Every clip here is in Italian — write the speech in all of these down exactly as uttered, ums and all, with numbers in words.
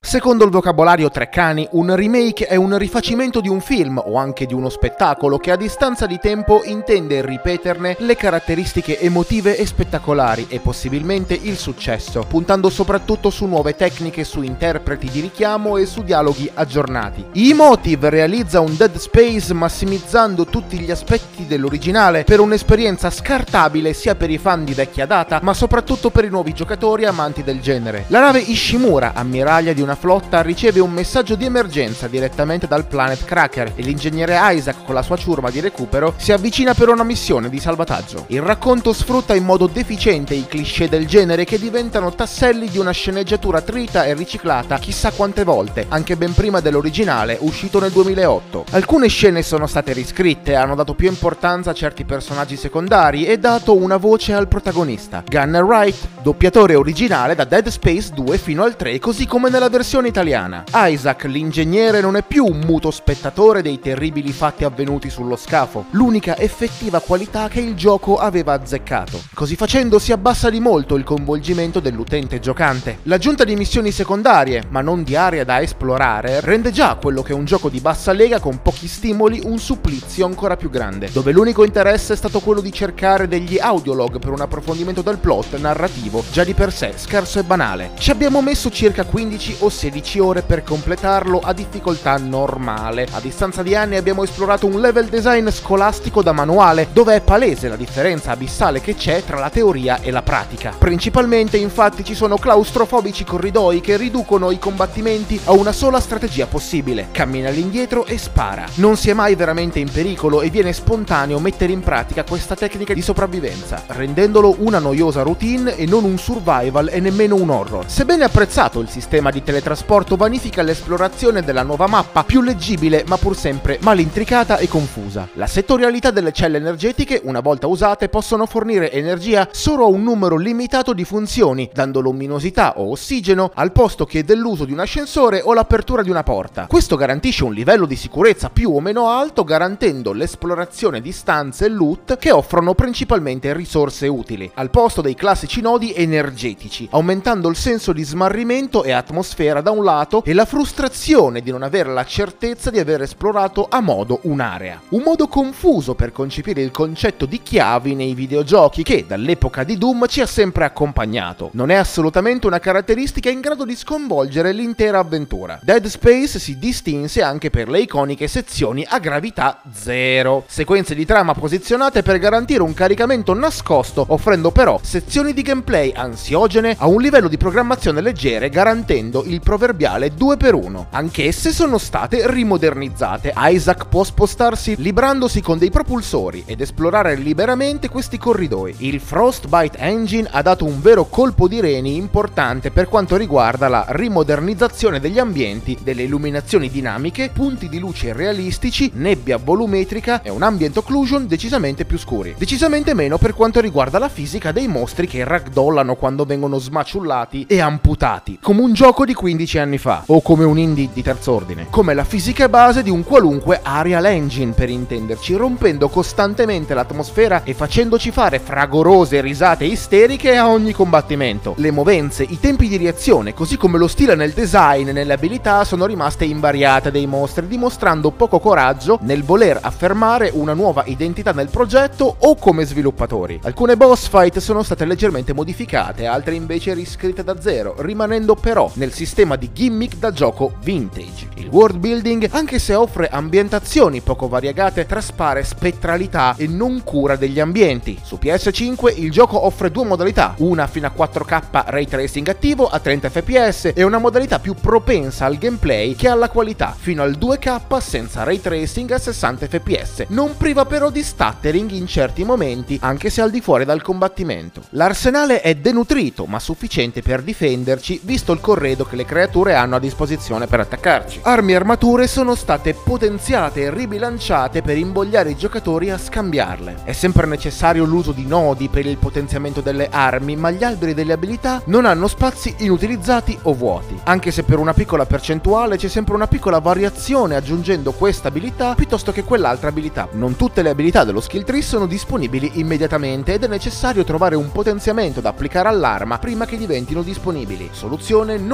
Secondo il vocabolario Treccani, un remake è un rifacimento di un film o anche di uno spettacolo che a distanza di tempo intende ripeterne le caratteristiche emotive e spettacolari e possibilmente il successo, puntando soprattutto su nuove tecniche, su interpreti di richiamo e su dialoghi aggiornati. Emotive realizza un Dead Space massimizzando tutti gli aspetti dell'originale per un'esperienza scartabile sia per i fan di vecchia data, ma soprattutto per i nuovi giocatori amanti del genere. La nave Ishimura, ammiraglia di una flotta, riceve un messaggio di emergenza direttamente dal Planet Cracker e l'ingegnere Isaac, con la sua ciurma di recupero, si avvicina per una missione di salvataggio. Il racconto sfrutta in modo deficiente i cliché del genere che diventano tasselli di una sceneggiatura trita e riciclata chissà quante volte, anche ben prima dell'originale uscito nel duemilaotto. Alcune scene sono state riscritte, hanno dato più importanza a certi personaggi secondari e dato una voce al protagonista. Gunner Wright, doppiatore originale da Dead Space due fino al tre, così come nella versione italiana. Isaac, l'ingegnere, non è più un muto spettatore dei terribili fatti avvenuti sullo scafo, l'unica effettiva qualità che il gioco aveva azzeccato. Così facendo si abbassa di molto il coinvolgimento dell'utente giocante. L'aggiunta di missioni secondarie, ma non di aree da esplorare, rende già quello che è un gioco di bassa lega con pochi stimoli un supplizio ancora più grande, dove l'unico interesse è stato quello di cercare degli audiolog per un approfondimento del plot narrativo già di per sé scarso e banale. Ci abbiamo messo circa quindici o sedici ore per completarlo a difficoltà normale. A distanza di anni abbiamo esplorato un level design scolastico da manuale, dove è palese la differenza abissale che c'è tra la teoria e la pratica. Principalmente, infatti, ci sono claustrofobici corridoi che riducono i combattimenti a una sola strategia possibile: cammina all'indietro e spara. Non si è mai veramente in pericolo e viene spontaneo mettere in pratica questa tecnica di sopravvivenza, rendendolo una noiosa routine e non un survival e nemmeno un horror. Sebbene apprezzato il sistema di teletrasporto, vanifica l'esplorazione della nuova mappa, più leggibile ma pur sempre mal intricata e confusa. La settorialità delle celle energetiche, una volta usate, possono fornire energia solo a un numero limitato di funzioni, dando luminosità o ossigeno al posto che dell'uso di un ascensore o l'apertura di una porta. Questo garantisce un livello di sicurezza più o meno alto, garantendo l'esplorazione di stanze e loot che offrono principalmente risorse utili, al posto dei classici nodi energetici, aumentando il senso di smarrimento e atmosfera da un lato e la frustrazione di non avere la certezza di aver esplorato a modo un'area. Un modo confuso per concepire il concetto di chiavi nei videogiochi che dall'epoca di Doom ci ha sempre accompagnato. Non è assolutamente una caratteristica in grado di sconvolgere l'intera avventura. Dead Space si distinse anche per le iconiche sezioni a gravità zero, sequenze di trama posizionate per garantire un caricamento nascosto, offrendo però sezioni di gameplay ansiogene a un livello di programmazione leggere, garantendo il proverbiale due per uno. Anch'esse sono state rimodernizzate. Isaac può spostarsi librandosi con dei propulsori ed esplorare liberamente questi corridoi. Il Frostbite Engine ha dato un vero colpo di reni importante per quanto riguarda la rimodernizzazione degli ambienti, delle illuminazioni dinamiche, punti di luce realistici, nebbia volumetrica e un ambient occlusion decisamente più scuri. Decisamente meno per quanto riguarda la fisica dei mostri che ragdollano quando vengono smaciullati e amputati, come un gioco di quindici anni fa, o come un indie di terzo ordine, come la fisica base di un qualunque Unreal Engine, per intenderci, rompendo costantemente l'atmosfera e facendoci fare fragorose risate isteriche a ogni combattimento. Le movenze, i tempi di reazione, così come lo stile nel design e nelle abilità sono rimaste invariate dei mostri, dimostrando poco coraggio nel voler affermare una nuova identità nel progetto o come sviluppatori. Alcune boss fight sono state leggermente modificate, altre invece riscritte da zero, rimanendo però nel sistema di gimmick da gioco vintage. Il world building, anche se offre ambientazioni poco variegate, traspare spettralità e non cura degli ambienti. Su P S cinque il gioco offre due modalità, una fino a quattro K ray tracing attivo a trenta F P S e una modalità più propensa al gameplay che alla qualità, fino al due K senza ray tracing a sessanta F P S. Non priva però di stuttering in certi momenti, anche se al di fuori dal combattimento. L'arsenale è denutrito, ma sufficiente per difenderci, visto il corredo che le creature hanno a disposizione per attaccarci. Armi e armature sono state potenziate e ribilanciate per invogliare i giocatori a scambiarle. È sempre necessario l'uso di nodi per il potenziamento delle armi, ma gli alberi delle abilità non hanno spazi inutilizzati o vuoti, anche se per una piccola percentuale c'è sempre una piccola variazione aggiungendo questa abilità piuttosto che quell'altra abilità. Non tutte le abilità dello skill tree sono disponibili immediatamente ed è necessario trovare un potenziamento da applicare all'arma prima che diventino disponibili, soluzione non così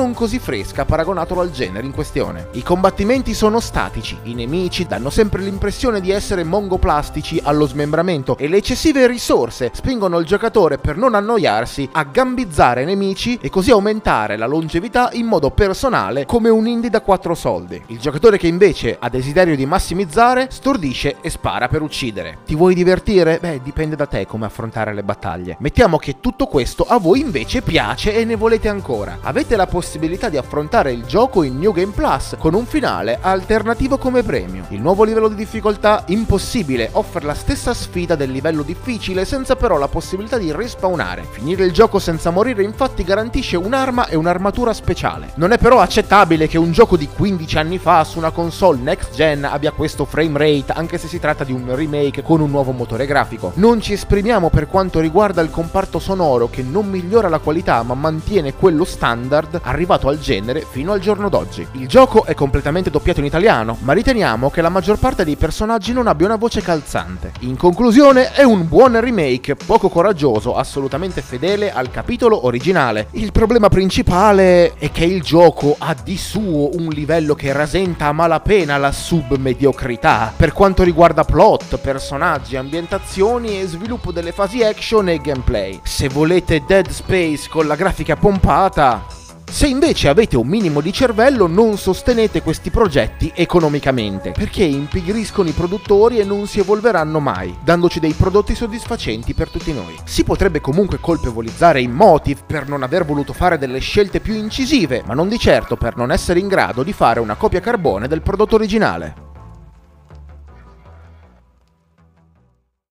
fresca paragonatolo al genere in questione. I combattimenti sono statici, i nemici danno sempre l'impressione di essere mongoplastici allo smembramento e le eccessive risorse spingono il giocatore, per non annoiarsi, a gambizzare nemici e così aumentare la longevità in modo personale come un indie da quattro soldi. Il giocatore che invece ha desiderio di massimizzare stordisce e spara per uccidere. Ti vuoi divertire? Beh, dipende da te come affrontare le battaglie. Mettiamo che tutto questo a voi invece piace e ne volete ancora. Avete la possibilità di affrontare il gioco in New Game Plus con un finale alternativo come premio. Il nuovo livello di difficoltà impossibile offre la stessa sfida del livello difficile senza però la possibilità di respawnare. Finire il gioco senza morire infatti garantisce un'arma e un'armatura speciale. Non è però accettabile che un gioco di quindici anni fa su una console next gen abbia questo frame rate, anche se si tratta di un remake con un nuovo motore grafico. Non ci esprimiamo per quanto riguarda il comparto sonoro, che non migliora la qualità ma mantiene quello standard arrivato al genere fino al giorno d'oggi. Il gioco è completamente doppiato in italiano, ma riteniamo che la maggior parte dei personaggi non abbia una voce calzante. In conclusione, è un buon remake, poco coraggioso, assolutamente fedele al capitolo originale. Il problema principale è che il gioco ha di suo un livello che rasenta a malapena la submediocrità per quanto riguarda plot, personaggi, ambientazioni e sviluppo delle fasi action e gameplay. Se volete Dead Space con la grafica pompata... Se invece avete un minimo di cervello, non sostenete questi progetti economicamente, perché impigriscono i produttori e non si evolveranno mai, dandoci dei prodotti soddisfacenti per tutti noi. Si potrebbe comunque colpevolizzare i Motive per non aver voluto fare delle scelte più incisive, ma non di certo per non essere in grado di fare una copia carbone del prodotto originale.